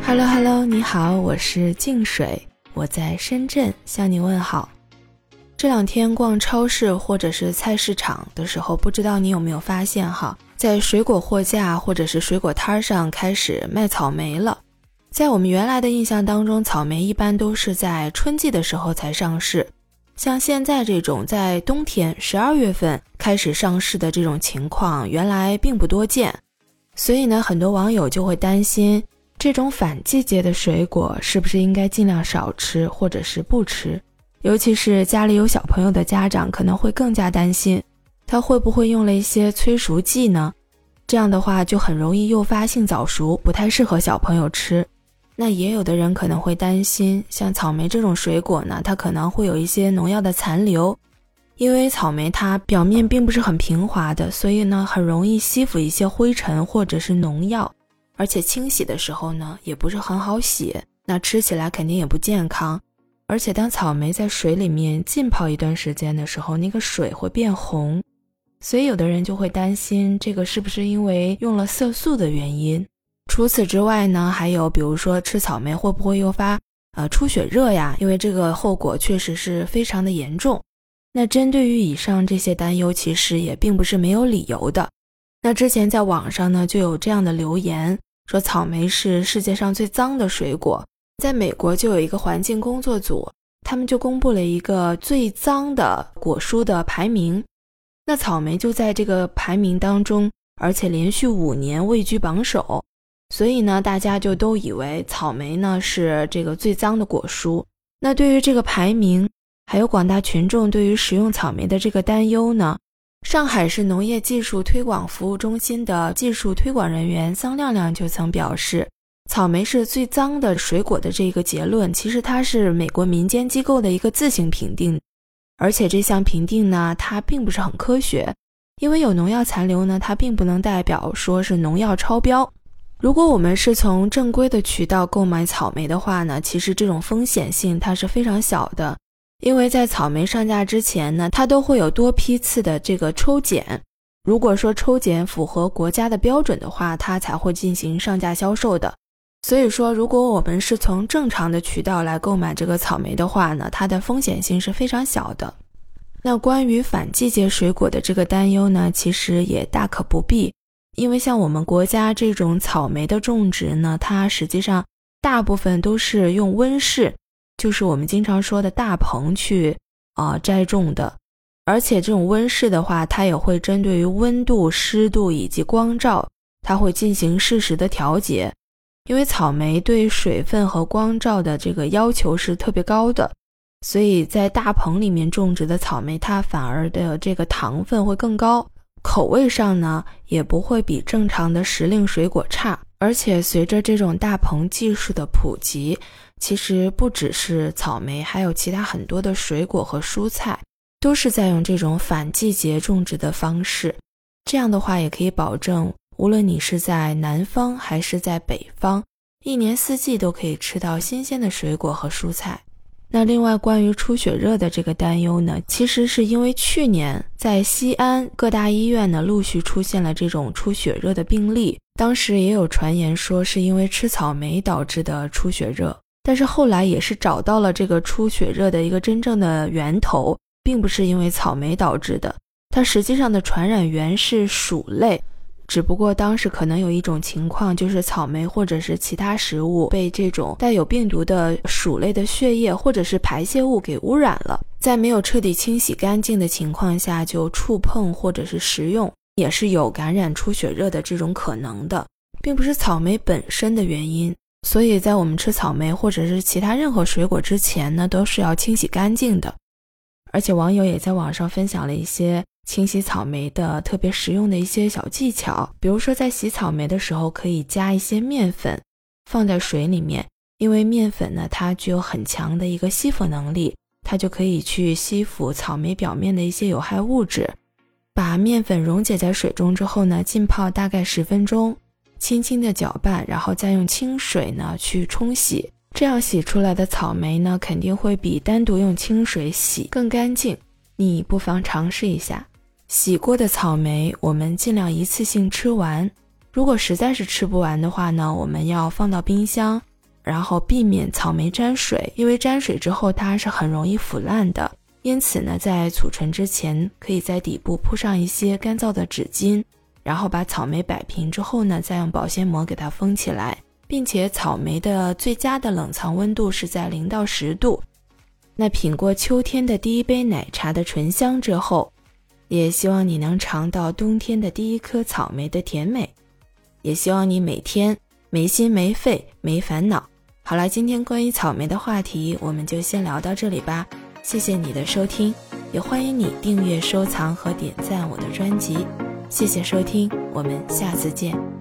Hello， 你好，我是静水，我在深圳向你问好。这两天逛超市或者是菜市场的时候，不知道你有没有发现在水果货架或者是水果摊上开始卖草莓了。在我们原来的印象当中，草莓一般都是在春季的时候才上市，像现在这种在冬天12月份开始上市的这种情况原来并不多见。所以呢，很多网友就会担心这种反季节的水果是不是应该尽量少吃或者是不吃，尤其是家里有小朋友的家长可能会更加担心他会不会用了一些催熟剂呢，这样的话就很容易诱发性早熟，不太适合小朋友吃。那也有的人可能会担心像草莓这种水果呢，它可能会有一些农药的残留，因为草莓它表面并不是很平滑的，所以呢很容易吸附一些灰尘或者是农药，而且清洗的时候呢也不是很好洗，那吃起来肯定也不健康。而且当草莓在水里面浸泡一段时间的时候，那个水会变红，所以有的人就会担心这个是不是因为用了色素的原因。除此之外呢，还有比如说吃草莓会不会诱发出血热呀，因为这个后果确实是非常的严重。那针对于以上这些担忧，其实也并不是没有理由的。那之前在网上呢就有这样的留言，说草莓是世界上最脏的水果。在美国就有一个环境工作组，他们就公布了一个最脏的果蔬的排名，那草莓就在这个排名当中，而且连续5年位居榜首。所以呢，大家就都以为草莓呢是这个最脏的果蔬。那对于这个排名，还有广大群众对于食用草莓的这个担忧呢，上海市农业技术推广服务中心的技术推广人员桑亮亮就曾表示，草莓是最脏的水果的这个结论，其实它是美国民间机构的一个自行评定，而且这项评定呢，它并不是很科学，因为有农药残留呢，它并不能代表说是农药超标。如果我们是从正规的渠道购买草莓的话呢，其实这种风险性它是非常小的，因为在草莓上架之前呢，它都会有多批次的这个抽检，如果说抽检符合国家的标准的话，它才会进行上架销售的。所以说如果我们是从正常的渠道来购买这个草莓的话呢，它的风险性是非常小的。那关于反季节水果的这个担忧呢，其实也大可不必，因为像我们国家这种草莓的种植呢，它实际上大部分都是用温室，就是我们经常说的大棚去栽种的。而且这种温室的话，它也会针对于温度、湿度以及光照，它会进行适时的调节。因为草莓对水分和光照的这个要求是特别高的，所以在大棚里面种植的草莓，它反而的这个糖分会更高，口味上呢也不会比正常的时令水果差。而且随着这种大棚技术的普及，其实不只是草莓，还有其他很多的水果和蔬菜都是在用这种反季节种植的方式。这样的话也可以保证无论你是在南方还是在北方，一年四季都可以吃到新鲜的水果和蔬菜。那另外关于出血热的这个担忧呢，其实是因为去年在西安各大医院呢陆续出现了这种出血热的病例，当时也有传言说是因为吃草莓导致的出血热，但是后来也是找到了这个出血热的一个真正的源头，并不是因为草莓导致的，它实际上的传染源是鼠类，只不过当时可能有一种情况，就是草莓或者是其他食物被这种带有病毒的鼠类的血液或者是排泄物给污染了，在没有彻底清洗干净的情况下就触碰或者是食用，也是有感染出血热的这种可能的，并不是草莓本身的原因。所以在我们吃草莓或者是其他任何水果之前呢，都是要清洗干净的。而且网友也在网上分享了一些清洗草莓的特别实用的一些小技巧，比如说在洗草莓的时候可以加一些面粉放在水里面，因为面粉呢它具有很强的一个吸附能力，它就可以去吸附草莓表面的一些有害物质。把面粉溶解在水中之后呢，浸泡大概10分钟，轻轻的搅拌，然后再用清水呢去冲洗，这样洗出来的草莓呢肯定会比单独用清水洗更干净，你不妨尝试一下。洗过的草莓我们尽量一次性吃完，如果实在是吃不完的话呢，我们要放到冰箱然后避免草莓沾水，因为沾水之后它是很容易腐烂的。因此呢，在储存之前，可以在底部铺上一些干燥的纸巾，然后把草莓摆平之后呢，再用保鲜膜给它封起来，并且草莓的最佳的冷藏温度是在0到10度。那品过秋天的第一杯奶茶的醇香之后，也希望你能尝到冬天的第一颗草莓的甜美，也希望你每天没心没肺没烦恼。好了，今天关于草莓的话题我们就先聊到这里吧，谢谢你的收听，也欢迎你订阅收藏和点赞我的专辑，谢谢收听，我们下次见。